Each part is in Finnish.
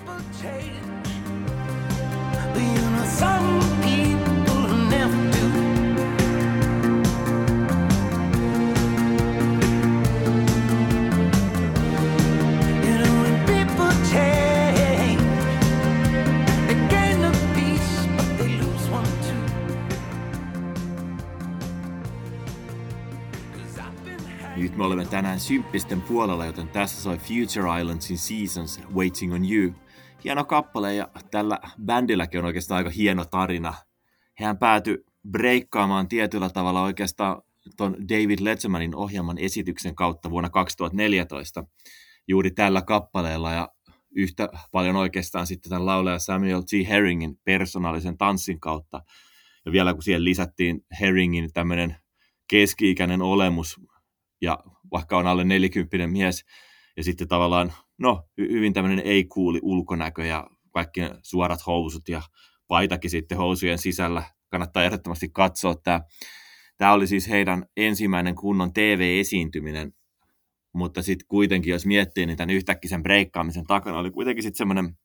Nyt me olemme tänään symppisten puolella, joten tässä soi Future Islandsin Seasons Waiting on You. Hieno kappale, ja tällä bändilläkin on oikeastaan aika hieno tarina. Hän päätyi breikkaamaan tietyllä tavalla oikeastaan ton David Lettermanin ohjelman esityksen kautta vuonna 2014 juuri tällä kappaleella, ja yhtä paljon oikeastaan sitten tämän laulaja Samuel T. Herringin persoonallisen tanssin kautta. Ja vielä kun siihen lisättiin Herringin tämmöinen keski-ikäinen olemus, ja vaikka on alle 40 mies, ja sitten tavallaan, hyvin tämmöinen ei-kuuli ulkonäkö, ja kaikki suorat housut, ja paitakin sitten housujen sisällä. Kannattaa ehdottomasti katsoa. Tämä oli siis heidän ensimmäinen kunnon TV-esiintyminen, mutta sitten kuitenkin, jos miettii, niin tämän yhtäkkisen breikkaamisen takana oli kuitenkin sitten semmoinen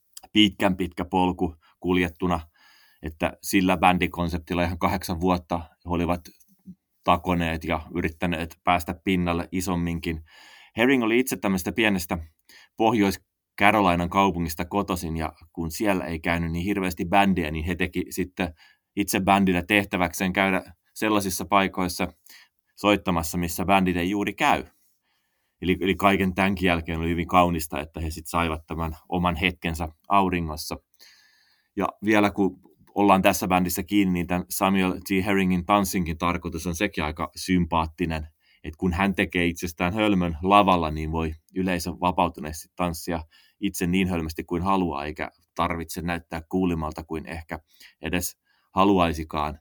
pitkä polku kuljettuna, että sillä bändikonseptilla ihan 8 vuotta he olivat takoneet ja yrittäneet päästä pinnalle isomminkin. Herring oli itse tämmöistä pienestä Pohjois-Carolinan kaupungista kotoisin, ja kun siellä ei käynyt niin hirveästi bändiä, niin he teki sitten itse bändillä tehtäväkseen käydä sellaisissa paikoissa soittamassa, missä bändit ei juuri käy. Eli kaiken tämänkin jälkeen oli hyvin kaunista, että he sitten saivat tämän oman hetkensä auringossa. Ja vielä kun ollaan tässä bändissä kiinni, niin tämän Samuel T. Herringin tanssinkin tarkoitus on sekin aika sympaattinen, että kun hän tekee itsestään hölmön lavalla, niin voi yleisö vapautuneesti tanssia itse niin hölmästi kuin haluaa, eikä tarvitse näyttää kuulimalta kuin ehkä edes haluaisikaan.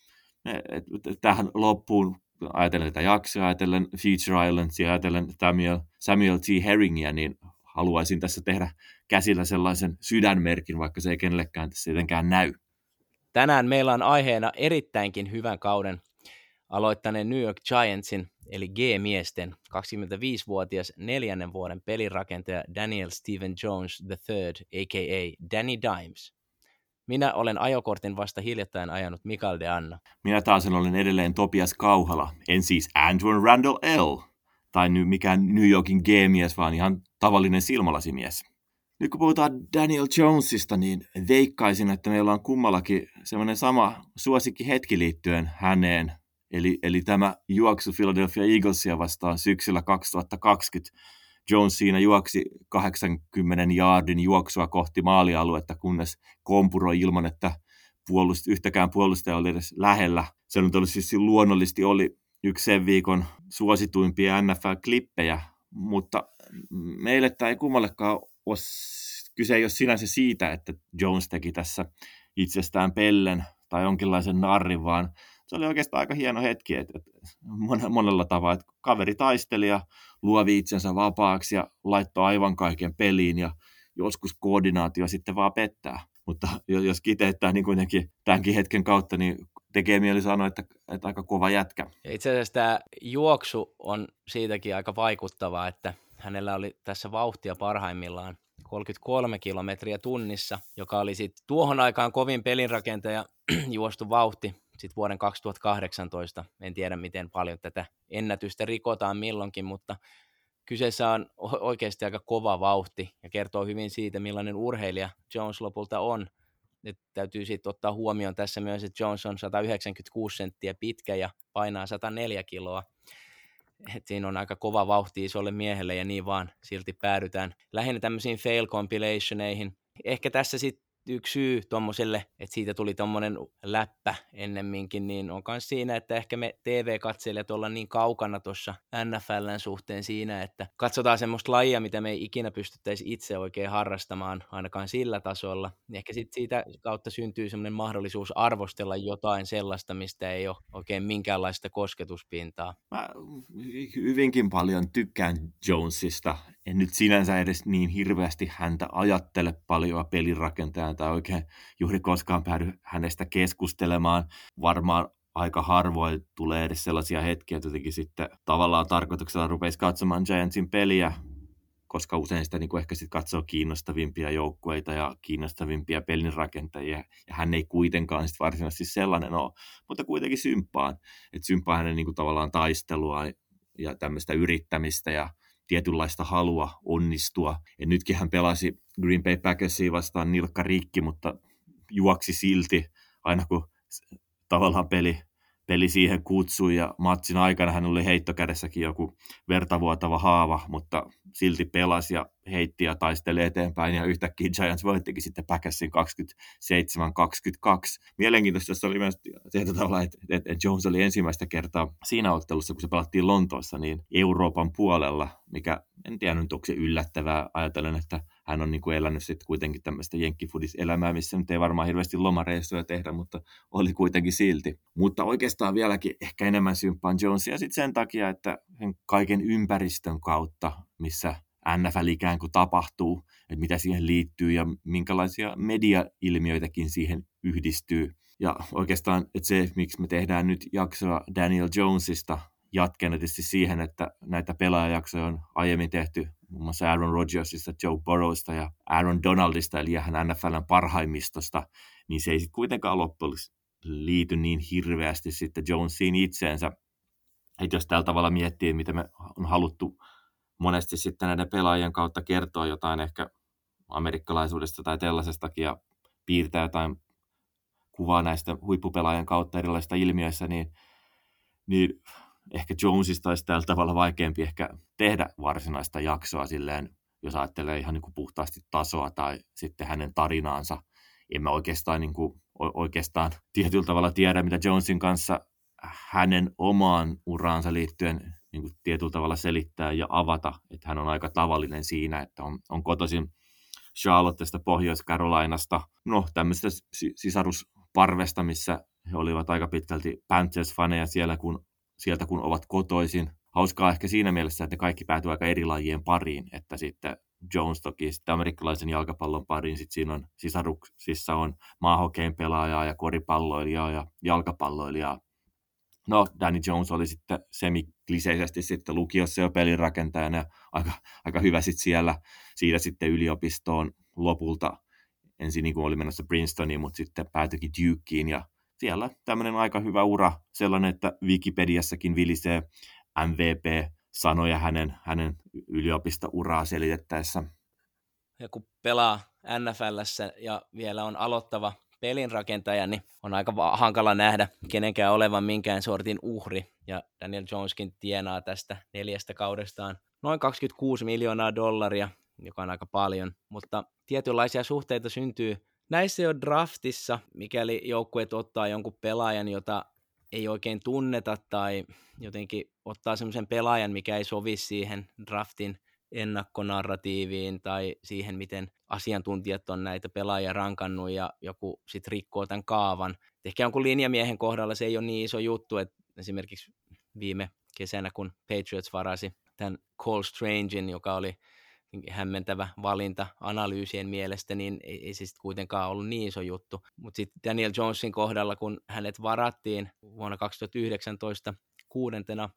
Tähän loppuun ajatellen tätä jaksoa, ajatellen Future Islandsia, ajatellen Samuel T. Herringia, niin haluaisin tässä tehdä käsillä sellaisen sydänmerkin, vaikka se ei kenellekään tässä etenkään näy. Tänään meillä on aiheena erittäinkin hyvän kauden aloittaneen New York Giantsin, eli G-miesten, 25-vuotias 4. vuoden pelirakentaja Daniel Steven Jones III, a.k.a. Danny Dimes. Minä olen ajokortin vasta hiljattain ajanut Mikael de Anna. Minä taas olen edelleen Topias Kauhala, en siis Antoine Randall L. tai mikään New Yorkin G-mies, vaan ihan tavallinen silmälasimies. Nyt kun puhutaan Daniel Jonesista, niin veikkaisin, että meillä on kummallakin semmoinen sama suosikki hetki liittyen häneen. Eli tämä juoksu Philadelphia Eaglesia vastaan syksyllä 2020. Jones siinä juoksi 80 yardin juoksua kohti maalialuetta, kunnes kompuroi ilman, että yhtäkään puolustaja oli edes lähellä. Se nyt oli siis luonnollisesti oli yksi sen viikon suosituimpia NFL-klippejä, mutta meille tämä ei kummallekaan ole, kyse ei ole sinänsä siitä, että Jones teki tässä itsestään pellen tai jonkinlaisen narrin, vaan se oli oikeastaan aika hieno hetki, että monella tavalla, että kaveri taisteli ja luovi itsensä vapaaksi ja laittoi aivan kaiken peliin, ja joskus koordinaatio sitten vaan pettää. Mutta jos kiteyttää niin kuitenkin tämänkin hetken kautta, niin tekee mieli sanoa, että aika kova jätkä. Ja itse asiassa tämä juoksu on siitäkin aika vaikuttavaa, että hänellä oli tässä vauhtia parhaimmillaan 33 kilometriä tunnissa, joka oli sitten tuohon aikaan kovin pelinrakentaja juostu vauhti sitten vuoden 2018. En tiedä, miten paljon tätä ennätystä rikotaan milloinkin, mutta kyseessä on oikeasti aika kova vauhti ja kertoo hyvin siitä, millainen urheilija Jones lopulta on. Nyt täytyy sitten ottaa huomioon tässä myös, että Jones on 196 senttiä pitkä ja painaa 104 kiloa. Et siinä on aika kova vauhti isolle miehelle, ja niin vaan silti päädytään lähinnä tämmöisiin fail compilationeihin. Ehkä tässä sitten yksi syy tuommoiselle, että siitä tuli tuommoinen läppä ennemminkin, niin on myös siinä, että ehkä me TV-katselijat ollaan niin kaukana tuossa NFLn suhteen siinä, että katsotaan semmoista lajia, mitä me ei ikinä pystyttäisi itse oikein harrastamaan, ainakaan sillä tasolla. Ehkä sitten siitä kautta syntyy semmoinen mahdollisuus arvostella jotain sellaista, mistä ei ole oikein minkäänlaista kosketuspintaa. Mä hyvinkin paljon tykkään Jonesista. En nyt sinänsä edes niin hirveästi häntä ajattele paljon pelirakentajana tai oikein juuri koskaan päädy hänestä keskustelemaan. Varmaan aika harvoin tulee edes sellaisia hetkiä, että jotenkin sitten tavallaan tarkoituksella rupeisi katsomaan Giantsin peliä. koska usein sitä niin kuin ehkä sit katsoo kiinnostavimpia joukkueita ja kiinnostavimpia pelinrakentajia, ja hän ei kuitenkaan sit varsinaisesti sellainen ole, mutta kuitenkin symppaan. Että symppaan hänen niin kuin tavallaan taistelua ja tämmöistä yrittämistä ja tietynlaista halua onnistua. Ja nytkin hän pelasi Green Bay Packersia vastaan nilkka rikki, mutta juoksi silti aina kun tavallaan peli siihen kutsui, ja matsin aikana hän oli heittokädessäkin joku vertavuotava haava, mutta silti pelasi ja heitti ja taisteli eteenpäin, ja yhtäkkiä Giants voittikin sitten Packersin 27-22. Mielenkiintoista tässä oli myös tavalla, että Jones oli ensimmäistä kertaa siinä ottelussa, kun se pelattiin Lontoossa, niin Euroopan puolella, mikä en tiedä nyt, onko se yllättävää, ajatellen, että hän on niin kuin elänyt sitten kuitenkin tämmöistä jenkkifudis-elämää, missä nyt ei varmaan hirveästi lomareissuja tehdä, mutta oli kuitenkin silti. Mutta oikeastaan vieläkin ehkä enemmän symppaan Jonesia sitten sen takia, että kaiken ympäristön kautta, missä NFL ikään kuin tapahtuu, että mitä siihen liittyy ja minkälaisia media-ilmiöitäkin siihen yhdistyy. Ja oikeastaan, että se, miksi me tehdään nyt jaksoa Daniel Jonesista, jatkeena tietysti siihen, että näitä pelaajajaksoja on aiemmin tehty muun muassa Aaron Rodgersista, Joe Burrowsta ja Aaron Donaldista, eli ihan NFL:n parhaimmistosta, niin se ei sitten kuitenkaan loppujen liity niin hirveästi sitten Jonesiin itseensä. Että jos tällä tavalla miettii, mitä me on haluttu monesti sitten näiden pelaajien kautta kertoa jotain ehkä amerikkalaisuudesta tai tällaisestakin ja piirtää jotain kuvaa näistä huippupelaajien kautta erilaisista ilmiöissä, niin ehkä Jonesista olisi tällä tavalla vaikeampi ehkä tehdä varsinaista jaksoa silleen, jos ajattelee ihan niin kuin puhtaasti tasoa tai sitten hänen tarinaansa. En mä oikeastaan tietyllä tavalla tiedä, mitä Jonesin kanssa hänen omaan uraansa liittyen niin kuin tietyllä tavalla selittää ja avata. Että hän on aika tavallinen siinä, että on kotoisin Charlottesta, Pohjois-Carolinasta, no tämmöistä sisarusparvesta, missä he olivat aika pitkälti Panthers-faneja sieltä kun ovat kotoisin. Hauskaa ehkä siinä mielessä, että ne kaikki päätyy aika eri lajien pariin, että sitten Jones toki sitten amerikkalaisen jalkapallon pariin, sitten siinä on sisaruksissa on maahokein pelaajaa ja koripalloilijaa ja jalkapalloilijaa. No, Danny Jones oli sitten semikliseisesti sitten lukiossa jo pelinrakentajana ja aika hyvä sitten siitä sitten yliopistoon lopulta. Ensin niin kuin oli menossa Princetoniin, mutta sitten päätyikin Dukeen ja siellä tämmöinen aika hyvä ura, sellainen, että Wikipediassakin vilisee MVP-sanoja hänen yliopisto-uraa selitettäessä. Ja kun pelaa NFL:ssä ja vielä on aloittava pelinrakentaja, niin on aika hankala nähdä kenenkään olevan minkään sortin uhri. Ja Daniel Joneskin tienaa tästä 4 kaudestaan noin $26 miljoonaa, joka on aika paljon. Mutta tietynlaisia suhteita syntyy näissä jo draftissa, mikäli joukkueet ottaa jonkun pelaajan, jota ei oikein tunneta tai jotenkin ottaa semmoisen pelaajan, mikä ei sovi siihen draftin ennakkonarratiiviin tai siihen, miten asiantuntijat on näitä pelaajia rankannut ja joku sitten rikkoo tämän kaavan. Ehkä jonkun linjamiehen kohdalla se ei ole niin iso juttu, että esimerkiksi viime kesänä, kun Patriots varasi tämän Cole Strangen, joka oli hämmentävä valinta analyysien mielestä, niin ei se sitten kuitenkaan ollut niin iso juttu. Mutta sitten Daniel Jonesin kohdalla, kun hänet varattiin vuonna 2019 kuudentena,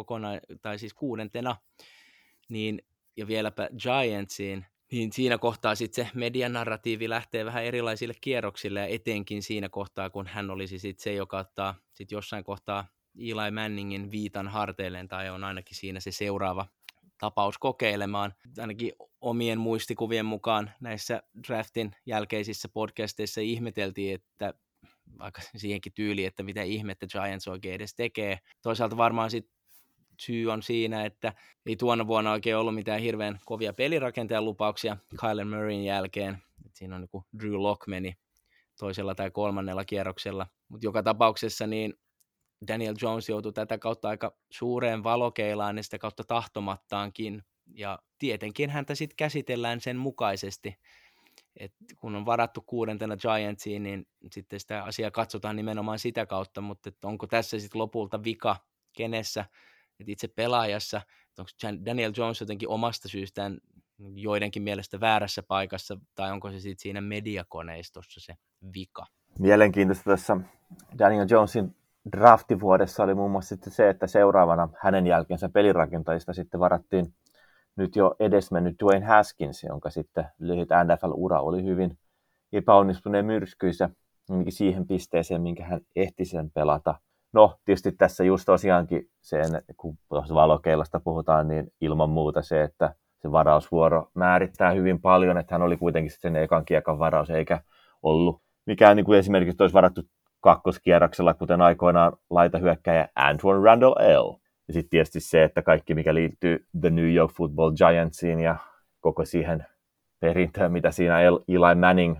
niin, ja vieläpä Giantsiin, niin siinä kohtaa sitten se medianarratiivi lähtee vähän erilaisille kierroksille, ja etenkin siinä kohtaa, kun hän olisi sitten se, joka ottaa sitten jossain kohtaa Eli Manningin viitan harteilleen, tai on ainakin siinä se seuraava tapaus kokeilemaan. Ainakin omien muistikuvien mukaan näissä draftin jälkeisissä podcasteissa ihmeteltiin, että vaikka siihenkin tyyliin, että mitä ihmettä Giants oikein edes tekee. Toisaalta varmaan sitten syy on siinä, että ei tuona vuonna oikein ollut mitään hirveän kovia pelirakentajan lupauksia Kyler Murrayn jälkeen. Et siinä on niin Drew Lock meni toisella tai kolmannella kierroksella. Mutta joka tapauksessa niin Daniel Jones joutui tätä kautta aika suureen valokeilaan ja sitä kautta tahtomattaankin. Ja tietenkin häntä sitten käsitellään sen mukaisesti. Et kun on varattu 6. Giantsiin, niin sitten sitä asiaa katsotaan nimenomaan sitä kautta, mutta onko tässä sitten lopulta vika kenessä, että itse pelaajassa, onko Daniel Jones jotenkin omasta syystään joidenkin mielestä väärässä paikassa, tai onko se sitten siinä mediakoneistossa se vika? Mielenkiintoista tässä Daniel Jonesin draftivuodessa oli muun muassa sitten se, että seuraavana hänen jälkeensä pelirakentajista sitten varattiin nyt jo edesmennyt Dwayne Haskins, jonka sitten lyhyt NFL-ura oli hyvin epäonnistuneen myrskyisä siihen pisteeseen, minkä hän ehti sen pelata. No, tietysti tässä just tosiaankin sen, kun valokeilasta puhutaan, niin ilman muuta se, että se varausvuoro määrittää hyvin paljon, että hän oli kuitenkin sen ekan kiekan varaus, eikä ollut mikään niin kuin esimerkiksi olisi varattu kakkoskierroksella, kuten aikoinaan laitahyökkäjä Antoine Randall L. Ja sitten tietysti se, että kaikki mikä liittyy The New York Football Giantsiin ja koko siihen perintöön, mitä siinä Eli Manning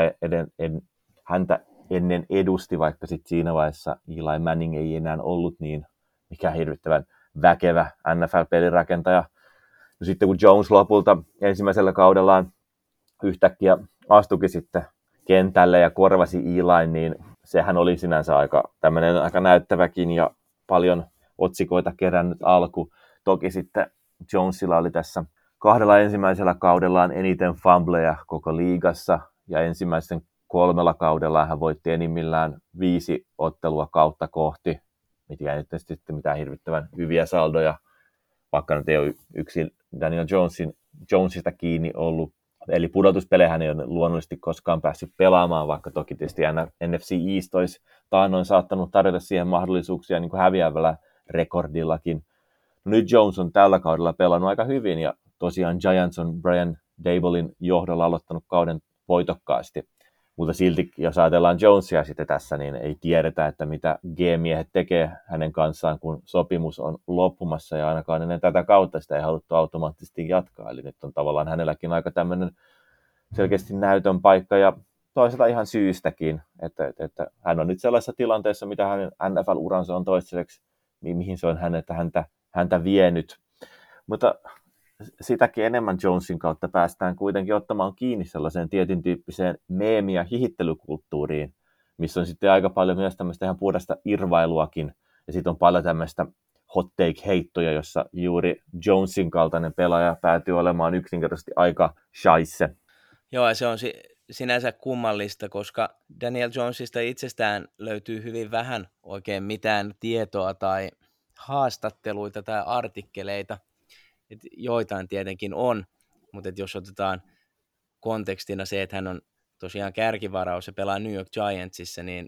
häntä ennen edusti, vaikka sitten siinä vaiheessa Eli Manning ei enää ollut niin mikään hirvittävän väkevä NFL-pelirakentaja. No sitten kun Jones lopulta ensimmäisellä kaudellaan yhtäkkiä astukin sitten kentälle ja korvasi Eli, niin sehän oli sinänsä aika näyttäväkin ja paljon otsikoita kerännyt alku. Toki sitten Jonesilla oli tässä 2 ensimmäisellä kaudellaan eniten fumbleja koko liigassa, ja ensimmäisen 3 kaudella hän voitti enimmillään 5 ottelua kautta kohti, mitkä ei nyt sitten mitään hirvittävän hyviä saldoja, vaikka nyt ei ole yksin Daniel Jonesista kiinni ollut. Eli pudotuspelejä hän ei ole luonnollisesti koskaan päässyt pelaamaan, vaikka toki tietysti NFC East olisi taannoin saattanut tarjota siihen mahdollisuuksia niin kuin häviävällä rekordillakin. Nyt Jones on tällä kaudella pelannut aika hyvin, ja tosiaan Giants on Brian Dabolin johdolla aloittanut kauden voitokkaasti. Mutta silti, jos ajatellaan Jonesia sitten tässä, niin ei tiedetä, että mitä G-miehet tekee hänen kanssaan, kun sopimus on loppumassa, ja ainakaan ennen tätä kautta sitä ei haluttu automaattisesti jatkaa. Eli nyt on tavallaan hänelläkin aika tämmöinen selkeästi näytön paikka, ja toisaalta ihan syystäkin, että hän on nyt sellaisessa tilanteessa, mitä hänen NFL-uransa on toistaiseksi, mihin se on häntä vienyt. Mutta sitäkin enemmän Jonesin kautta päästään kuitenkin ottamaan kiinni sellaiseen tietyn tyyppiseen meemi- ja hihittelykulttuuriin, missä on sitten aika paljon myös tämmöistä ihan puhdasta irvailuakin, ja sitten on paljon tämmöistä hot take-heittoja, jossa juuri Jonesin kaltainen pelaaja päätyy olemaan yksinkertaisesti aika shaisse. Joo, ja se on sinänsä kummallista, koska Daniel Jonesista itsestään löytyy hyvin vähän oikein mitään tietoa tai haastatteluita tai artikkeleita. Joitain tietenkin on, mutta jos otetaan kontekstina se, että hän on tosiaan kärkivaraus ja pelaa New York Giantsissa, niin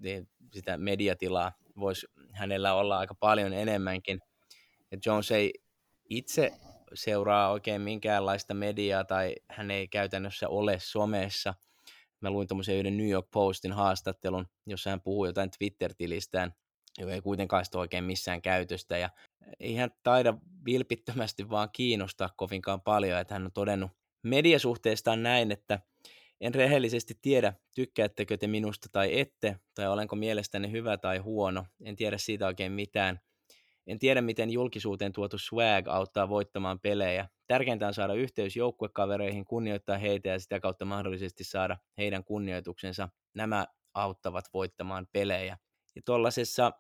sitä mediatilaa voisi hänellä olla aika paljon enemmänkin. Ja Jones ei itse seuraa oikein minkäänlaista mediaa tai hän ei käytännössä ole somessa. Mä luin tommosen yhden New York Postin haastattelun, jossa hän puhuu jotain Twitter-tilistään, joka ei kuitenkaan ole oikein missään käytöstä, ja ei hän taida vilpittömästi vaan kiinnostaa kovinkaan paljon, että hän on todennut mediasuhteestaan näin, että en rehellisesti tiedä, tykkäättekö te minusta tai ette, tai olenko mielestäni hyvä tai huono, en tiedä siitä oikein mitään. En tiedä, miten julkisuuteen tuotu swag auttaa voittamaan pelejä. Tärkeintä on saada yhteys joukkuekavereihin, kunnioittaa heitä ja sitä kautta mahdollisesti saada heidän kunnioituksensa. Nämä auttavat voittamaan pelejä. Ja tuollaisessa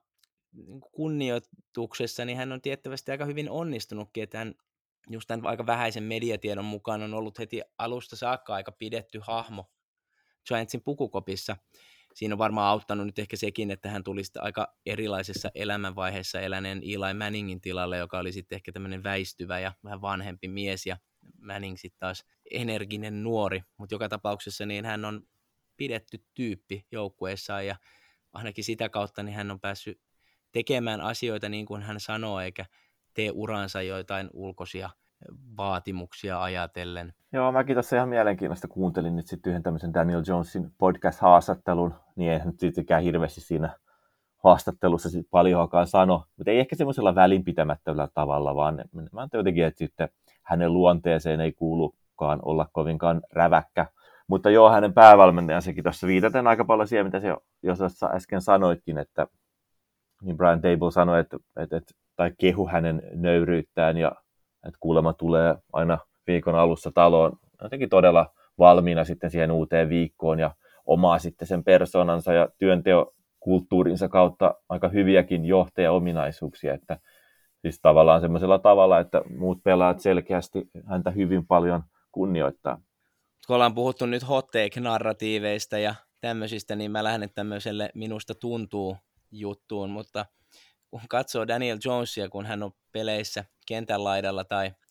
kunnioituksessa niin hän on tiettävästi aika hyvin onnistunutkin, että hän just tämän aika vähäisen mediatiedon mukaan on ollut heti alusta saakka aika pidetty hahmo Giantsin pukukopissa. Siinä on varmaan auttanut nyt ehkä sekin, että hän tuli sitten aika erilaisessa elämänvaiheessa eläneen Eli Manningin tilalle, joka oli sitten ehkä tämmöinen väistyvä ja vähän vanhempi mies, ja Manning sitten taas energinen nuori, mutta joka tapauksessa niin hän on pidetty tyyppi joukkueessaan, ja ainakin sitä kautta niin hän on päässyt tekemään asioita niin kuin hän sanoo, eikä tee uransa joitain ulkoisia vaatimuksia ajatellen. Joo, mäkin tässä ihan mielenkiinnosta kuuntelin nyt sitten yhden tämmöisen Daniel Jonesin podcast-haastattelun, niin eihän nyt tietenkään hirveästi siinä haastattelussa sit paljonkaan sano, mutta ei ehkä semmoisella välinpitämättömällä tavalla, vaan mä jotenkin, että sitten hänen luonteeseen ei kuulukaan olla kovinkaan räväkkä. Mutta joo, hänen päävalmentajansakin tuossa viitaten aika paljon siihen, mitä se jo äsken sanoitkin, että niin Brian Daboll sanoi, tai kehu hänen nöyryyttään, ja että kuulemma tulee aina viikon alussa taloon jotenkin todella valmiina sitten siihen uuteen viikkoon, ja omaa sitten sen persoonansa ja työnteokulttuurinsa kautta aika hyviäkin johtajaominaisuuksia, että siis tavallaan semmoisella tavalla, että muut pelaajat selkeästi häntä hyvin paljon kunnioittaa. Kun ollaan puhuttu nyt hot take-narratiiveista ja tämmöisistä, niin mä lähden tämmöiselle minusta tuntuu juttuun, mutta kun katsoo Daniel Jonesia, kun hän on peleissä kentän laidalla tai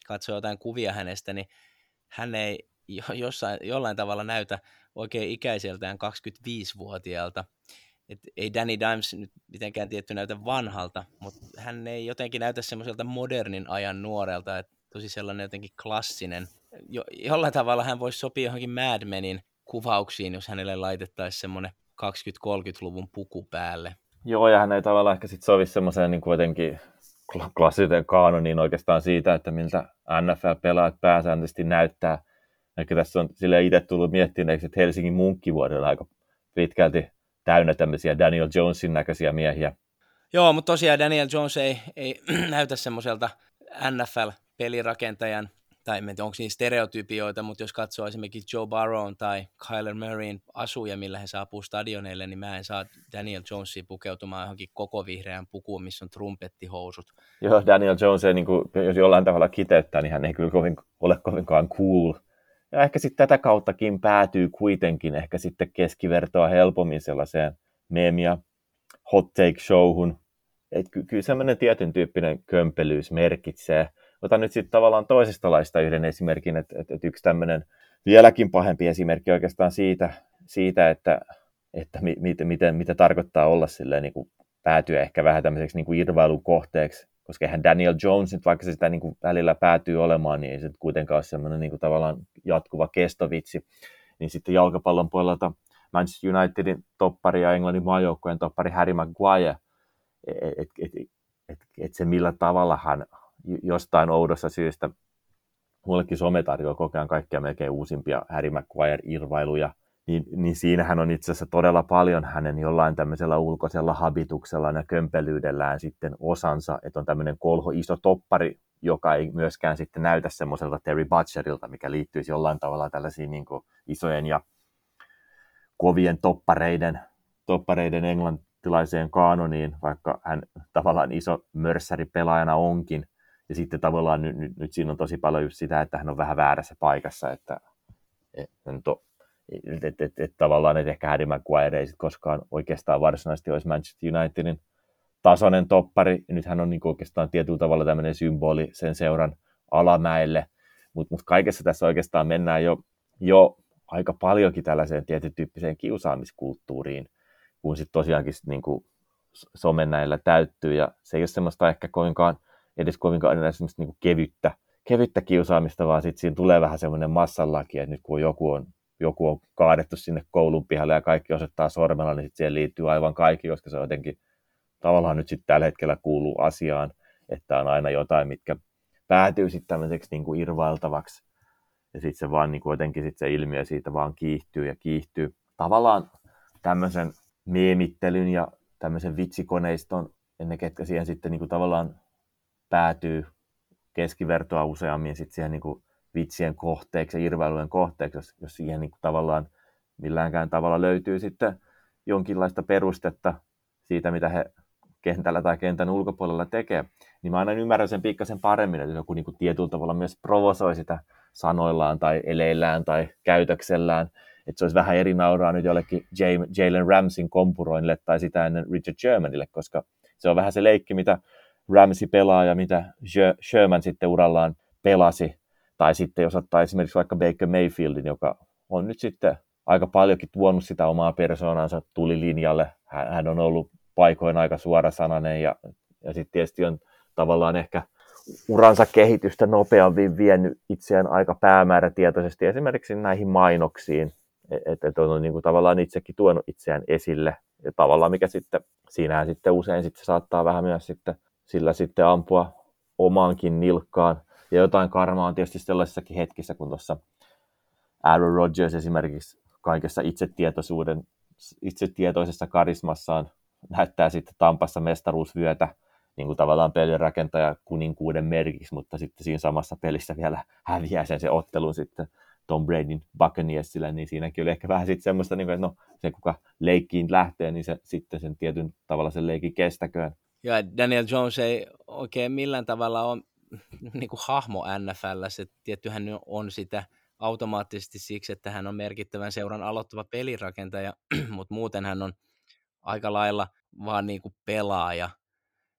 katsoo jotain kuvia hänestä, niin hän ei jollain tavalla näytä oikein ikäiseltään 25-vuotiaalta. Et ei Danny Dimes nyt mitenkään tietty näytä vanhalta, mutta hän ei jotenkin näytä semmoiselta modernin ajan nuorelta, että tosi sellainen jotenkin klassinen. Jollain tavalla hän voisi sopia johonkin Mad Menin kuvauksiin, jos hänelle laitettaisiin semmoinen 20-30-luvun puku päälle. Joo, ja hän ei tavallaan ehkä sitten sovi semmoiseen niin jotenkin klassiseen kaanoniin oikeastaan siitä, että miltä NFL-pelaajat pääsääntöisesti näyttää. Ehkä tässä on silleen itse tullut miettineeksi, että Helsingin Munkkivuodella aika pitkälti täynnä tämmöisiä Daniel Jonesin näköisiä miehiä. Joo, mutta tosiaan Daniel Jones ei näytä semmoiselta NFL-pelirakentajan, tai en tiedä, onko niitä stereotypioita, mutta jos katsoo esimerkiksi Joe Burrown tai Kyler Murrayn asuja, millä he saapuu stadioneille, niin mä en saa Daniel Jonesia pukeutumaan johonkin koko vihreään pukuun, missä on trumpettihousut. Joo, Daniel Jones ei, niin kuin, jos jollain tavalla kiteyttää, niin hän ei kyllä ole kovinkaan cool. Ja ehkä sitten tätä kauttakin päätyy kuitenkin ehkä sitten keskivertoa helpommin sellaiseen meme- ja hot take showhun. Kyllä semmoinen tietyn tyyppinen kömpelyys merkitsee. Otan nyt sitten tavallaan toisesta laista yhden esimerkin, että yksi tämmöinen vieläkin pahempi esimerkki oikeastaan siitä että mitä tarkoittaa olla silleen, niin kuin päätyä ehkä vähän tämmöiseksi niin kuin irvailun kohteeksi, koska eihän Daniel Jones nyt, vaikka se sitä niin kuin välillä päätyy olemaan, niin ei se kuitenkaan ole semmoinen niin kuin tavallaan jatkuva kestovitsi. Niin sitten jalkapallon puolelta Manchester Unitedin toppari ja Englannin maajoukkojen toppari Harry Maguire, että se millä tavalla hän jostain oudossa syystä, mullekin some tarjoaa koko ajan kaikkia melkein uusimpia Harry Maguire-irvailuja, niin siinähän on itse asiassa todella paljon hänen jollain tämmöisellä ulkoisella habituksella ja kömpelyydellään sitten osansa, että on tämmöinen kolho iso toppari, joka ei myöskään sitten näytä semmoiselta Terry Butcherilta, mikä liittyisi jollain tavalla tällaisiin niin kuin isojen ja kovien toppareiden englantilaiseen kaanoniin, vaikka hän tavallaan iso mörssäripelaajana onkin. Ja sitten tavallaan nyt siinä on tosi paljon just sitä, että hän on vähän väärässä paikassa, että tavallaan että ehkä Harry Maguire ei sitten koskaan oikeastaan varsinaisesti olisi Manchester Unitedin tasoinen toppari. Ja nyt hän on niin oikeastaan tietyllä tavalla tämmöinen symboli sen seuran alamäelle. Mutta kaikessa tässä oikeastaan mennään jo aika paljonkin tällaiseen tietyn tyyppiseen kiusaamiskulttuuriin, kun sitten tosiaankin niin kuin somen näillä täyttyy. Ja se ei ole semmoista ehkä kovinkaan enää semmoista niin kuin kevyttä kiusaamista, vaan sitten siinä tulee vähän semmoinen massanlaki, että nyt kun joku on kaadettu sinne koulun pihalle ja kaikki osoittaa sormella, niin sitten siihen liittyy aivan kaikki, koska se jotenkin tavallaan nyt sitten tällä hetkellä kuuluu asiaan, että on aina jotain, mitkä päätyy sitten tämmöiseksi niin kuin irvailtavaksi. Ja sitten se vaan niin kuin jotenkin sit se ilmiö siitä vaan kiihtyy ja kiihtyy. Tavallaan tämmöisen meemittelyn ja tämmöisen vitsikoneiston, ennen ketkä siihen sitten niin kuin tavallaan päätyy keskivertoa useammin sitten siihen niin kuin vitsien kohteeksi ja irvailujen kohteeksi, jos siihen niin kuin tavallaan milläänkään tavalla löytyy sitten jonkinlaista perustetta siitä, mitä he kentällä tai kentän ulkopuolella tekee, niin mä aina ymmärrän sen pikkasen paremmin, että joku niin kuin tietyllä tavalla myös provosoi sitä sanoillaan tai eleillään tai käytöksellään, että se olisi vähän eri nauraa nyt jollekin Jalen Ramseyn kompuroinnille tai sitä ennen Richard Shermanille, koska se on vähän se leikki, mitä Ramsey pelaa ja mitä Sherman sitten urallaan pelasi, tai sitten jos ottaa esimerkiksi vaikka Baker Mayfieldin, joka on nyt sitten aika paljonkin tuonut sitä omaa persoonansa tulilinjalle, hän on ollut paikoin aika suorasanainen ja sitten tietysti on tavallaan ehkä uransa kehitystä nopeammin vienyt itseään aika päämäärätietoisesti esimerkiksi näihin mainoksiin, että on niin kuin tavallaan itsekin tuonut itseään esille ja tavallaan mikä sitten, siinähän sitten usein sitten saattaa vähän myös sitten sillä sitten ampua omaankin nilkkaan ja jotain karmaa on tietysti sellaisissakin hetkissä, kun tuossa Aaron Rodgers esimerkiksi kaikessa itsetietoisessa karismassaan näyttää sitten Tampassa mestaruusvyötä niin kuin tavallaan pelirakentaja kuninkuuden merkiksi, mutta sitten siinä samassa pelissä vielä häviää se ottelun sitten Tom Bradyn Buccaneersille, niin siinäkin oli ehkä vähän sitten semmoista, että no, se kuka leikkiin lähtee, niin se sitten sen tietyn tavalla sen leikin kestäköön. Ja Daniel Jones ei oikein millään tavalla ole niin kuin hahmo NFL:ssä, että tiettyhän on sitä automaattisesti siksi, että hän on merkittävän seuran aloittava pelirakentaja, mutta muuten hän on aika lailla vaan niin kuin pelaaja.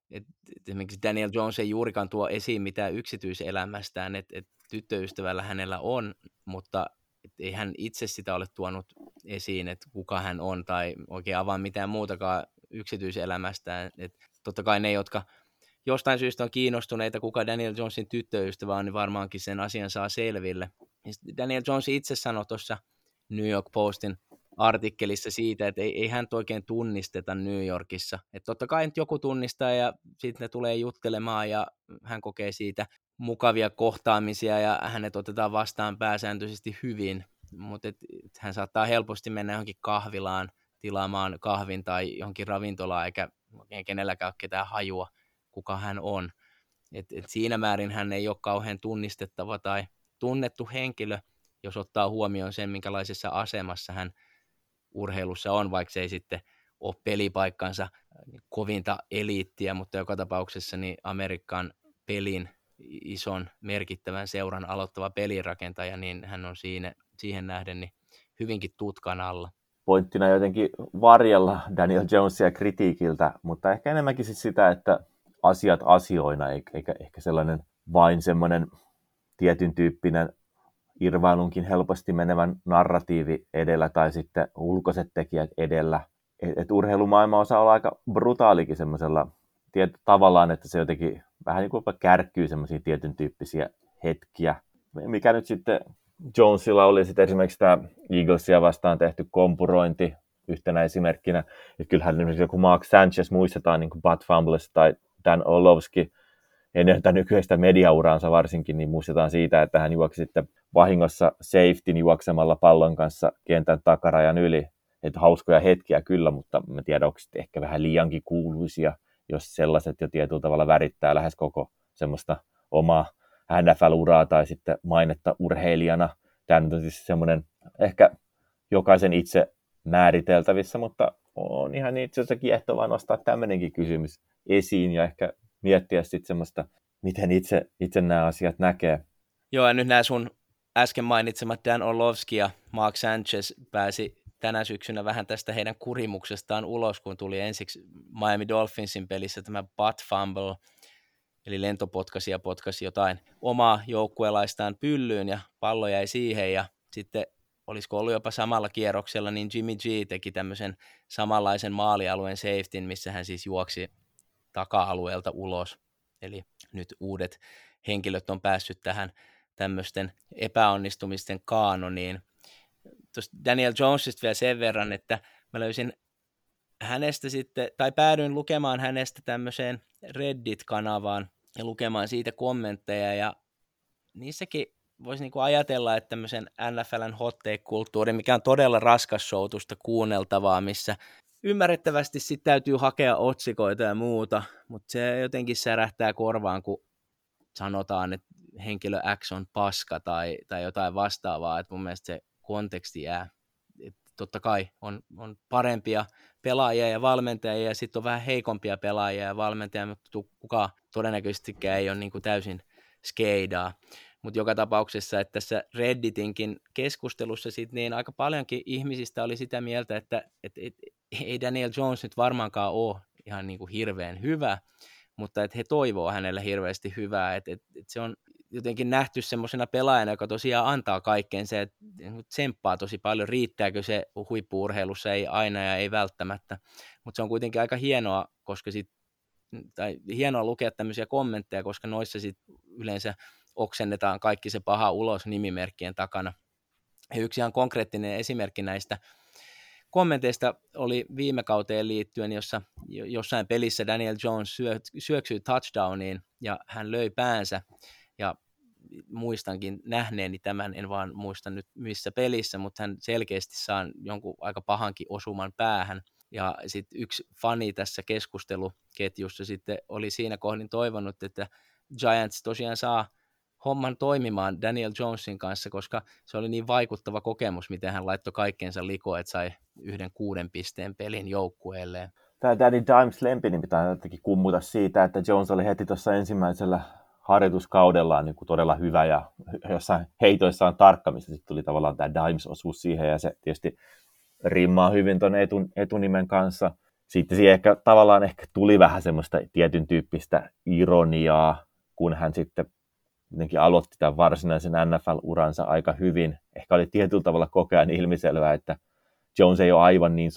Esimerkiksi Daniel Jones ei juurikaan tuo esiin mitään yksityiselämästään, että tyttöystävällä hänellä on, mutta ei hän itse sitä ole tuonut esiin, että kuka hän on, tai oikein avaa mitään muutakaan yksityiselämästään. Totta kai ne, jotka jostain syystä on kiinnostuneita, kuka Daniel Jonesin tyttöystävä on, niin varmaankin sen asian saa selville. Daniel Jones itse sanoi tuossa New York Postin artikkelissa siitä, että ei hän oikein tunnisteta New Yorkissa. Että totta kai nyt joku tunnistaa ja sitten ne tulee juttelemaan ja hän kokee siitä mukavia kohtaamisia ja hänet otetaan vastaan pääsääntöisesti hyvin. Mutta hän saattaa helposti mennä johonkin kahvilaan tilaamaan kahvin tai johonkin ravintolaan eikä kenelläkään ole ketään hajua, kuka hän on. Et siinä määrin hän ei ole kauhean tunnistettava tai tunnettu henkilö, jos ottaa huomioon sen, minkälaisessa asemassa hän urheilussa on, vaikka se ei sitten ole pelipaikkansa kovinta eliittiä, mutta joka tapauksessa niin Amerikan pelin ison merkittävän seuran aloittava pelirakentaja, niin hän on siihen nähden niin hyvinkin tutkan alla. Pointtina jotenkin varjella Daniel Jonesia kritiikiltä, mutta ehkä enemmänkin sitä, että asiat asioina, eikä ehkä sellainen vain semmoinen tietyn tyyppinen irvailunkin helposti menevän narratiivi edellä tai sitten ulkoiset tekijät edellä. Et urheilumaailma osaa olla aika brutaalikin semmoisella tavallaan, että se jotenkin vähän niin kuin kärkkyy semmoisia tietyn tyyppisiä hetkiä. Mikä nyt sitten Jonesilla oli sitten esimerkiksi tämä Eaglesia vastaan tehty kompurointi yhtenä esimerkkinä. Että kyllähän esimerkiksi joku Mark Sanchez muistetaan niin kuin Bud Fumbles tai Dan Orlovsky ennen tätä nykyistä mediauraansa varsinkin, niin muistetaan siitä, että hän juoksi sitten vahingossa safetyn juoksemalla pallon kanssa kentän takarajan yli. Että hauskoja hetkiä kyllä, mutta mä tiedän, onko ehkä vähän liiankin kuuluisia, jos sellaiset jo tietyllä tavalla värittää lähes koko semmoista omaa NFL-uraa tai sitten mainetta urheilijana. Tämä on siis semmoinen ehkä jokaisen itse määriteltävissä, mutta on ihan itse asiassa kiehtovaa nostaa tämmöinenkin kysymys esiin ja ehkä miettiä sitten semmoista, miten itse nämä asiat näkee. Joo, ja nyt nämä sun äsken mainitsemat Dan Orlovsky ja Mark Sanchez pääsi tänä syksynä vähän tästä heidän kurimuksestaan ulos, kun tuli ensiksi Miami Dolphinsin pelissä tämä butt fumble, eli lentopotkasi ja potkasi jotain omaa joukkuelaistaan pyllyyn ja pallo jäi siihen ja sitten olisiko ollut jopa samalla kierroksella, niin Jimmy G teki tämmöisen samanlaisen maalialueen safetyn, missä hän siis juoksi taka-alueelta ulos. Eli nyt uudet henkilöt on päässyt tähän tämmöisten epäonnistumisten kaanoniin. Tuosta Daniel Jonesista vielä sen verran, että mä löysin hänestä sitten, tai päädyin lukemaan hänestä tämmöiseen Reddit-kanavaan ja lukemaan siitä kommentteja, ja niissäkin voisi niinku ajatella, että tämmöisen NFLn hot take-kulttuuri, mikä on todella raskas showtusta kuunneltavaa, missä ymmärrettävästi sitten täytyy hakea otsikoita ja muuta, mutta se jotenkin särähtää korvaan, kun sanotaan, että henkilö X on paska tai jotain vastaavaa, että mun mielestä se konteksti jää. Et totta kai on parempia pelaajia ja valmentajia ja sitten on vähän heikompia pelaajia ja valmentajia, mutta kukaan todennäköisestikään ei ole niin kuin täysin skeidaa. Mutta joka tapauksessa, että tässä Redditinkin keskustelussa sit, niin aika paljonkin ihmisistä oli sitä mieltä, että ei Daniel Jones nyt varmaankaan ole ihan niin kuin hirveän hyvä, mutta että he toivoo hänelle hirveästi hyvää, että se on jotenkin nähty semmoisena pelaajana, joka tosiaan antaa kaikkeen se, että tsemppaa tosi paljon, riittääkö se huippu-urheilussa, ei aina ja ei välttämättä, mutta se on kuitenkin aika hienoa, koska hienoa lukea tämmöisiä kommentteja, koska noissa sit yleensä oksennetaan kaikki se paha ulos nimimerkkien takana. Ja yksi ihan konkreettinen esimerkki näistä kommenteista oli viime kauteen liittyen, jossa jossain pelissä Daniel Jones syöksyi touchdowniin ja hän löi päänsä ja muistankin nähneeni tämän, en vaan muista nyt missä pelissä, mutta hän selkeästi saa jonkun aika pahankin osuman päähän. Ja sitten yksi fani tässä keskusteluketjussa sitten oli siinä kohdin toivonut, että Giants tosiaan saa homman toimimaan Daniel Jonesin kanssa, koska se oli niin vaikuttava kokemus, miten hän laittoi kaikkeensa likoon, että sai 6 pisteen pelin joukkueelleen. Tämä Danny Dimes lempi niin pitää jotenkin kummuta siitä, että Jones oli heti tuossa ensimmäisellä harjoituskaudellaan niin kuin todella hyvä ja jossain heitoissaan tarkka, mistä sitten tuli tavallaan tämä Dimes-osuus siihen ja se tietysti rimmaa hyvin tuon etunimen kanssa. Sitten siihen tavallaan tuli vähän semmoista tietyn tyyppistä ironiaa, kun hän sitten jotenkin aloitti tämän varsinaisen NFL-uransa aika hyvin. Ehkä oli tietyllä tavalla koko ajan ilmiselvää, että Jones ei ole aivan niin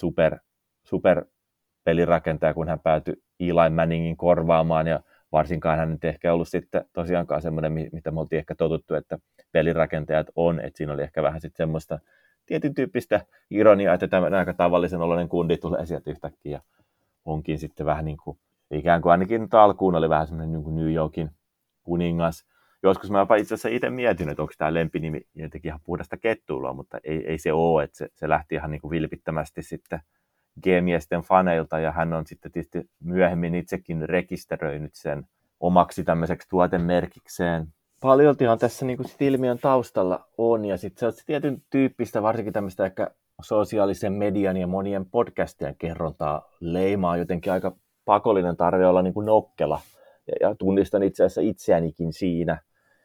super pelirakentaja, kun hän päätyi Eli Manningin korvaamaan, ja varsinkaan hän nyt ehkä ollut sitten tosiaankaan semmoinen, mitä me oltiin ehkä totuttu, että pelirakentajat on, että siinä oli ehkä vähän sitten semmoista tietyn tyyppistä ironiaa, että tämä aika tavallisen oloinen kundi tulee sieltä yhtäkkiä, ja onkin sitten vähän niin kuin, ikään kuin ainakin nyt alkuun oli vähän semmoinen niin kuin New Yorkin kuningas. Joskus mä jopa itse asiassa itse mietin, että onko tämä lempinimi jotenkin ihan puhdasta kettuilua, mutta ei se ole, että se lähti ihan niin kuin vilpittömästi sitten G-miesten faneilta, ja hän on sitten tietysti myöhemmin itsekin rekisteröinyt sen omaksi tämmöiseksi tuotemerkikseen. Paljoltihan tässä niin kuin sit ilmiön taustalla on, ja sitten se on tietyn tyyppistä, varsinkin tämmöistä ehkä sosiaalisen median ja monien podcastien kerrontaa leimaa jotenkin aika pakollinen tarve olla niin kuin nokkela, ja tunnistan itse asiassa itseänikin siinä,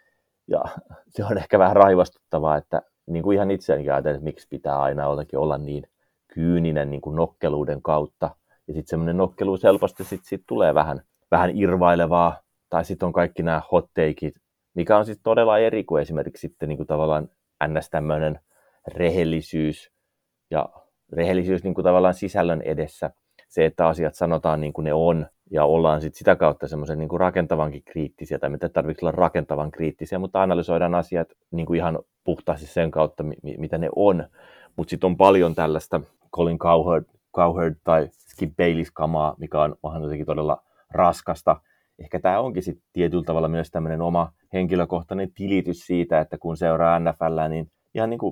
ja se on ehkä vähän raivastuttavaa, että niin kuin ihan itseänikin ajatellen, että miksi pitää aina olla niin kyyninen niin kuin nokkeluuden kautta, ja sitten semmoinen nokkeluus helposti sit tulee vähän irvailevaa, tai sitten on kaikki nämä hot takeit, mikä on siis todella eri kuin esimerkiksi sitten niin kuin tavallaan ns. Tämmöinen rehellisyys, ja rehellisyys niin kuin tavallaan sisällön edessä, se, että asiat sanotaan niin kuin ne on, ja ollaan sitten sitä kautta semmoisen niin kuin rakentavankin kriittisiä, tai mitä tarvitsee olla rakentavan kriittisiä, mutta analysoidaan asiat niin kuin ihan puhtaasti sen kautta, mitä ne on. Mutta sitten on paljon tällaista Colin Cowherd tai Skip Bayless-kamaa, mikä on jotenkin todella raskasta. Ehkä tämä onkin sitten tietyllä tavalla myös tämmöinen oma henkilökohtainen tilitys siitä, että kun seuraa NFL:ää, niin ihan niin kuin,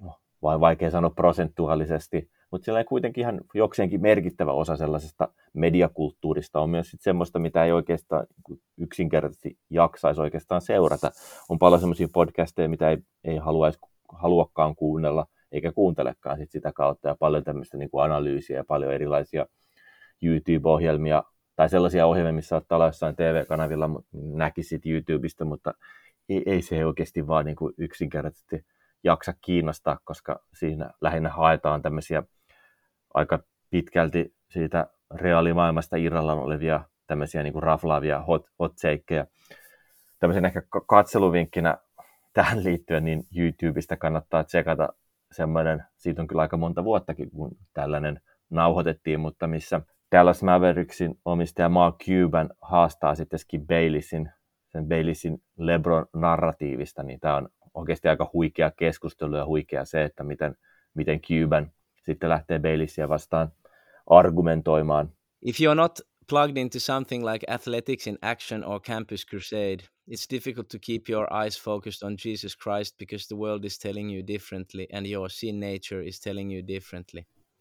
vaikea sanoa prosentuaalisesti, mutta siellä kuitenkin ihan jokseenkin merkittävä osa sellaisesta mediakulttuurista on myös sit semmoista, mitä ei oikeastaan yksinkertaisesti jaksaisi oikeastaan seurata. On paljon semmoisia podcasteja, mitä ei haluakaan kuunnella, eikä kuuntelekaan sitä kautta, ja paljon tämmöistä niin kuin analyysiä ja paljon erilaisia YouTube-ohjelmia, tai sellaisia ohjelmia, missä saattaa olla jossain TV-kanavilla, näkisit YouTubesta, mutta ei se oikeasti vaan niin kuin yksinkertaisesti jaksa kiinnostaa, koska siinä lähinnä haetaan tämmöisiä aika pitkälti siitä reaalimaailmasta irrallaan olevia tämmöisiä niin kuin raflaavia hot takeja. Tämmöisen ehkä katseluvinkkinä tähän liittyen, niin YouTubesta kannattaa tsekata semmoinen, siitä on kyllä aika monta vuottakin, kun tällainen nauhoitettiin, mutta missä Dallas Mavericksin omistaja Mark Cuban haastaa sitten Skip Baylessin, sen Baylessin LeBron-narratiivista, niin tämä on oikeasti aika huikea keskustelu ja huikea se, että miten Cuban sitten lähtee Baylessia vastaan argumentoimaan. If you're not plugged into something like athletics in action or campus crusade, it's difficult to keep your eyes focused on Jesus Christ because the world is telling you differently and your sin nature is telling you differently.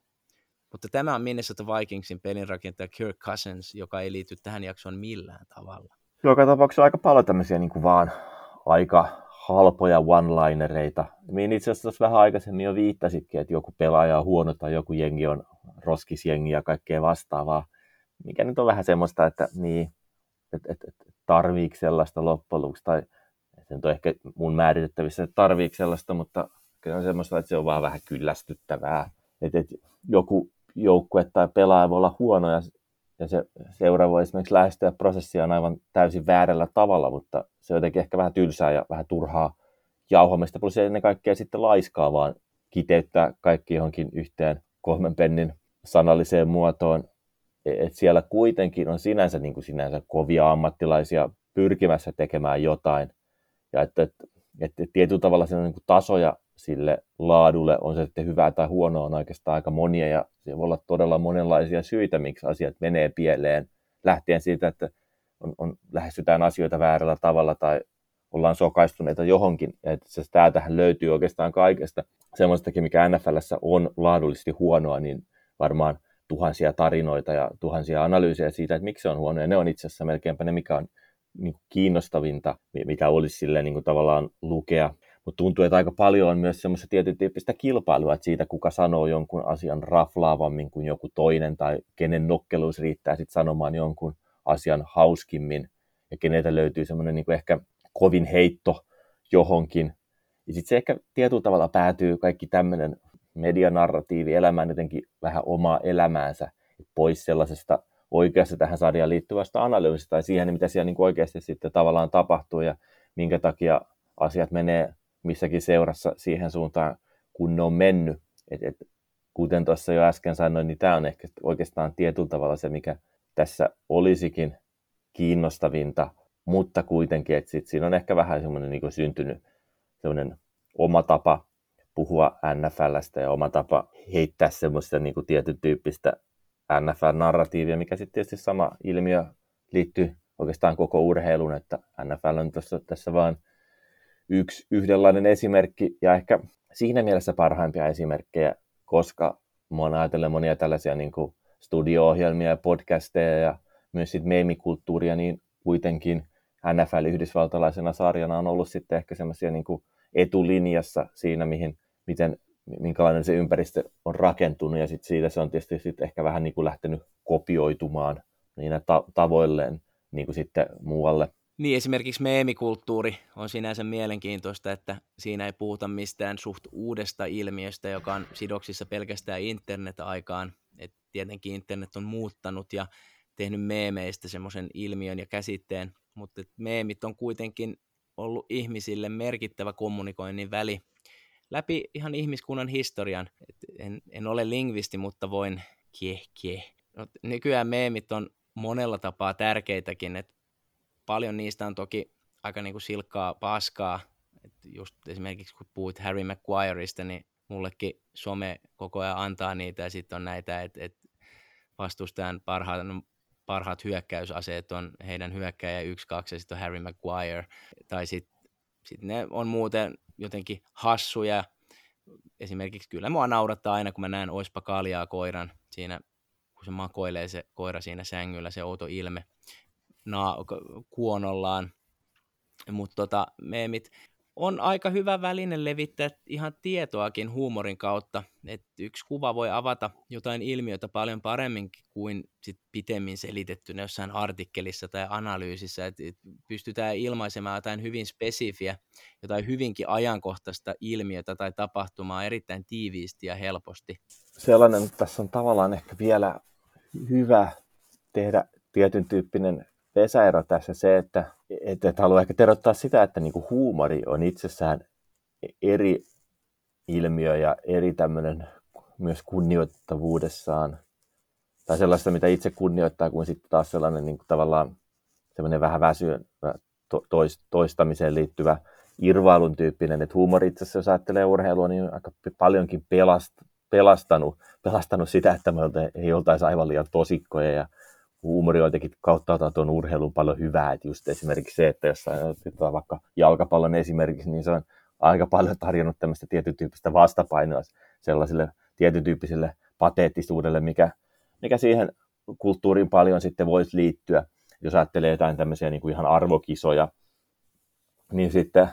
Mutta tämä on Minnesota Vikingsin pelinrakentaja Kirk Cousins, joka ei liity tähän jaksoon millään tavalla. Joka tapauksessa on aika paljon tämmöisiä niin kuin vaan aika halpoja one-linereita. Minä itse asiassa vähän aikaisemmin jo viittasitkin, että joku pelaaja on huono tai joku jengi on roskisjengi ja kaikkea vastaavaa. Mikä nyt on vähän semmoista, että niin, tarviiko sellaista loppujen lopuksi, tai se nyt on ehkä mun määritettävissä, että tarviiko sellaista, mutta kyllä on semmoista, että se on vaan vähän kyllästyttävää. Että joku joukkue tai pelaaja voi olla huono ja se seura voi esimerkiksi lähestyä prosessia aivan täysin väärällä tavalla, mutta se on jotenkin ehkä vähän tylsää ja vähän turhaa jauhamista, plus ennen kaikkea sitten laiskaa, vaan kiteyttää kaikki johonkin yhteen 3 pennin sanalliseen muotoon. Et siellä kuitenkin on sinänsä kovia ammattilaisia pyrkimässä tekemään jotain, ja että tietyllä tavalla siinä on niin kuin tasoja sille laadulle, on se sitten hyvää tai huonoa, on oikeastaan aika monia, ja se voi olla todella monenlaisia syitä, miksi asiat menee pieleen, lähtien siitä, että lähestytään asioita väärällä tavalla tai ollaan sokaistuneita johonkin, ja että täältähän löytyy oikeastaan kaikesta semmoistakin, mikä NFL:ssä on laadullisesti huonoa, niin varmaan tuhansia tarinoita ja tuhansia analyysejä siitä, että miksi se on huono, ja ne on itse asiassa melkeinpä ne, mikä on niin kuin kiinnostavinta, mitä olisi silleen niin kuin tavallaan lukea. Mutta tuntuu, että aika paljon on myös semmoista tietyn tyyppistä kilpailua, että siitä kuka sanoo jonkun asian raflaavammin kuin joku toinen, tai kenen nokkeluus riittää sitten sanomaan jonkun asian hauskimmin, ja keneltä löytyy semmoinen niin kuin ehkä kovin heitto johonkin. Ja sitten se ehkä tietyllä tavalla päätyy kaikki tämmöinen medianarratiivi elämään jotenkin vähän omaa elämäänsä. pois sellaisesta oikeasta tähän sarjaan liittyvästä analyysistä tai siihen, mitä siellä niin kuin oikeasti sitten tavallaan tapahtuu ja minkä takia asiat menee missäkin seurassa siihen suuntaan, kun ne on mennyt. Kuten tuossa jo äsken sanoin, niin tämä on ehkä oikeastaan tietyllä tavalla se, mikä tässä olisikin kiinnostavinta, mutta kuitenkin, että siinä on ehkä vähän semmoinen niin kuin syntynyt semmoinen oma tapa puhua NFL:stä ja oma tapa heittää semmoista niin kuin tietyn tyyppistä NFL-narratiivia, mikä sitten tietysti sama ilmiö liittyy oikeastaan koko urheiluun, että NFL on tässä vaan yhdenlainen esimerkki ja ehkä siinä mielessä parhaimpia esimerkkejä, koska mä ajatellen monia tällaisia niin kuin studio-ohjelmia ja podcasteja ja myös sitten meemikulttuuria, niin kuitenkin NFL yhdysvaltalaisena sarjana on ollut sitten ehkä semmoisia niin kuin etulinjassa siinä, minkälainen se ympäristö on rakentunut, ja sitten siitä se on tietysti sitten ehkä vähän niin kuin lähtenyt kopioitumaan niinä tavoilleen niin kuin sitten muualle. Niin, esimerkiksi meemikulttuuri on sinänsä mielenkiintoista, että siinä ei puhuta mistään suht uudesta ilmiöstä, joka on sidoksissa pelkästään internet-aikaan. Et tietenkin internet on muuttanut ja tehnyt meemeistä semmoisen ilmiön ja käsitteen, mutta meemit on kuitenkin ollut ihmisille merkittävä kommunikoinnin väli läpi ihan ihmiskunnan historian. En ole lingvisti, mutta voin No, nykyään meemit on monella tapaa tärkeitäkin, että paljon niistä on toki aika niin kuin silkkaa paskaa. Et just esimerkiksi kun puhuit Harry Maguireista, niin mullekin some koko ajan antaa niitä, ja sitten on näitä, että vastustajan parhaat hyökkäysaseet on heidän hyökkäjä 1-2, ja sitten on Harry Maguire. Tai sitten ne on muuten jotenkin hassuja. Esimerkiksi kyllä mua naurattaa aina, kun mä näen Oispa Kaljaa koiran siinä, kun se makoilee se koira siinä sängyllä, se outo ilme kuonollaan. Mutta meemit on aika hyvä väline levittää ihan tietoakin huumorin kautta. Et yksi kuva voi avata jotain ilmiötä paljon paremmin kuin sit pitemmin selitettynä jossain artikkelissa tai analyysissä. Et pystytään ilmaisemaan jotain hyvin spesifiä, jotain hyvinkin ajankohtaista ilmiötä tai tapahtumaa erittäin tiiviisti ja helposti. Sellainen, että tässä on tavallaan ehkä vielä hyvä tehdä tietyn tyyppinen pesäero tässä se, että haluan ehkä terottaa sitä, että niinku huumori on itsessään eri ilmiö ja eri tämmöinen myös kunnioittavuudessaan, tai sellaista, mitä itse kunnioittaa, kuin sitten taas sellainen niinku tavallaan semmoinen vähän väsyyn toistamiseen liittyvä irvailun tyyppinen, että huumori itse asiassa, jos ajattelee urheilua, niin on aika paljonkin pelastanut sitä, että me ei oltaisi aivan liian tosikkoja, ja huumori on jotenkin kautta tuon urheilun paljon hyvää, että just esimerkiksi se, että jos otetaan vaikka jalkapallon esimerkiksi, niin se on aika paljon tarjonnut tämmöistä tietyn tyyppistä vastapainoa sellaiselle tietyn tyyppiselle pateettisuudelle, mikä siihen kulttuuriin paljon sitten voisi liittyä. Jos ajattelee jotain tämmöisiä niin kuin ihan arvokisoja, niin sitten,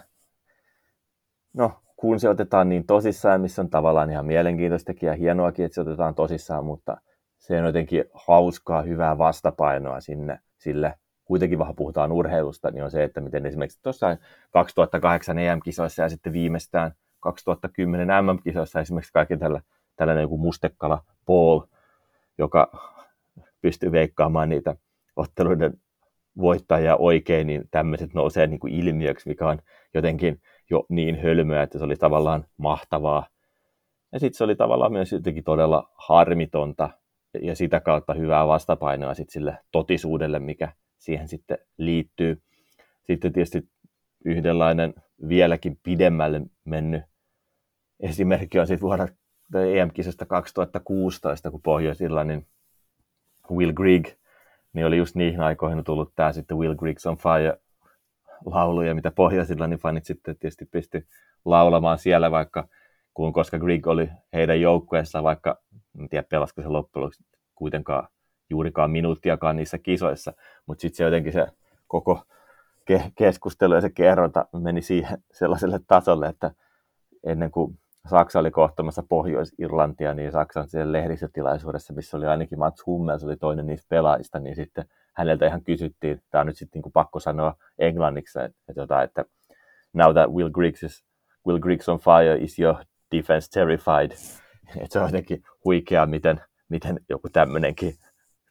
no kun se otetaan niin tosissaan, missä on tavallaan ihan mielenkiintoistakin ja hienoakin, että se otetaan tosissaan, mutta se on jotenkin hauskaa, hyvää vastapainoa sinne, sille kuitenkin vähän puhutaan urheilusta, niin on se, että miten esimerkiksi tuossa 2008 EM-kisoissa ja sitten viimeistään 2010 MM-kisoissa esimerkiksi kaikki tällainen joku mustekala Paul, joka pystyy veikkaamaan niitä otteluiden voittajia oikein, niin tämmöiset nousee niin kuin ilmiöksi, mikä on jotenkin jo niin hölmöä, että se oli tavallaan mahtavaa. Ja sitten se oli tavallaan myös jotenkin todella harmitonta ja sitä kautta hyvää vastapainoa sitten sille totisuudelle, mikä siihen sitten liittyy. Sitten tietysti yhdenlainen vieläkin pidemmälle mennyt esimerkki on sitten vuonna EM-kisasta 2016, kun Pohjois-Irlannin Will Grigg, niin oli just niihin aikoihin tullut tämä sitten Will Grigg's on Fire-laulu, ja mitä Pohjois-Irlannin fanit sitten tietysti pystyi laulamaan siellä, koska Grigg oli heidän joukkueessaan, vaikka en tiedä pelasiko se loppujen lopuksi kuitenkaan juurikaan minuuttiakaan niissä kisoissa, mutta sitten se jotenkin se koko keskustelu ja se kerronta meni siihen sellaiselle tasolle, että ennen kuin Saksa oli kohtamassa Pohjois-Irlantia, niin Saksan siellä lehdistötilaisuudessa, missä oli ainakin Mats Hummels, oli toinen niistä pelaajista, niin sitten häneltä ihan kysyttiin, tämä on nyt sitten niin pakko sanoa englanniksi, että now that Will Grigg's on fire, is your defense terrified? Että se on jotenkin huikeaa, miten joku tämmöinenkin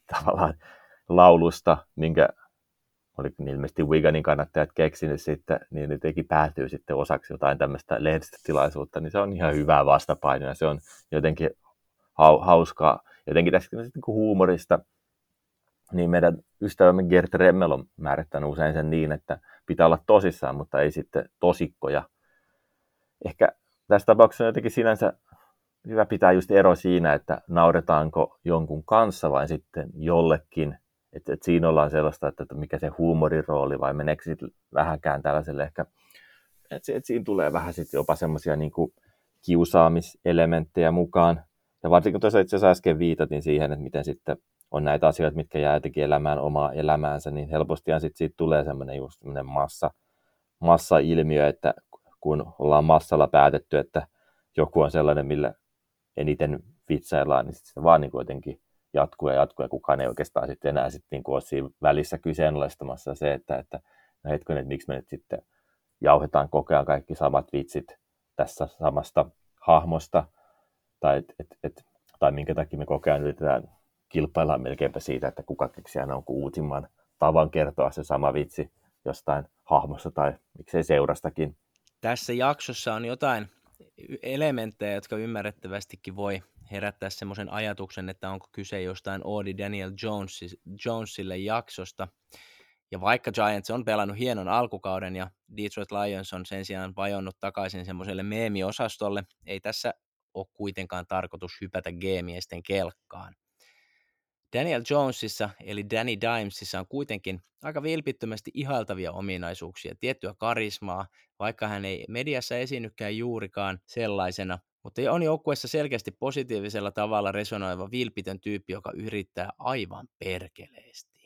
tavallaan laulusta, minkä oli ilmeisesti Wiganin kannattajat keksinyt sitten, niin jotenkin päätyy sitten osaksi jotain tämmöistä lehdistötilaisuutta, niin se on ihan hyvää vastapainoa. Se on jotenkin hauskaa. Jotenkin tässä niin huumorista, niin meidän ystävämme Gert Remmel on määrittänyt usein sen niin, että pitää olla tosissaan, mutta ei sitten tosikkoja. Ehkä tässä tapauksessa on jotenkin sinänsä hyvä pitää just ero siinä, että nauretaanko jonkun kanssa vai sitten jollekin. Että siinä ollaan sellaista, että mikä se huumorin rooli vai meneekö sitten vähänkään tällaiselle ehkä, että siinä tulee vähän sitten jopa semmoisia niin kuin kiusaamiselementtejä mukaan. Ja varsinkin tuossa itse asiassa äsken viitatin siihen, että miten sitten on näitä asioita, mitkä jää jotenkin elämään omaa elämäänsä, niin helpostihan sitten siitä tulee semmoinen just semmoinen massa-ilmiö, että kun ollaan massalla päätetty, että joku on sellainen, millä eniten vitsaillaan, niin sitten se vaan niin jotenkin jatkuu ja kukaan ei oikeastaan sitten enää sitten niin ole siinä välissä kyseenalaistamassa se, että no hetkinen, että miksi me nyt sitten jauhetaan koko ajan kaikki samat vitsit tässä samasta hahmosta, tai minkä takia me koko ajan yritetään kilpaillaan melkeinpä siitä, että kuka keksii aina jonkun uusimman tavan kertoa se sama vitsi jostain hahmosta tai miksei seurastakin. Tässä jaksossa on jotain elementtejä, jotka ymmärrettävästikin voi herättää semmoisen ajatuksen, että onko kyse jostain Oodi Daniel Jonesille jaksosta. Ja vaikka Giants on pelannut hienon alkukauden ja Detroit Lions on sen sijaan vajonnut takaisin semmoiselle meemiosastolle, ei tässä ole kuitenkaan tarkoitus hypätä G-miesten kelkkaan. Daniel Jonesissa eli Danny Dimesissa on kuitenkin aika vilpittömästi ihailtavia ominaisuuksia, tiettyä karismaa, vaikka hän ei mediassa esiinnykään juurikaan sellaisena, mutta on joukkueessa selkeästi positiivisella tavalla resonoiva vilpitön tyyppi, joka yrittää aivan perkeleesti.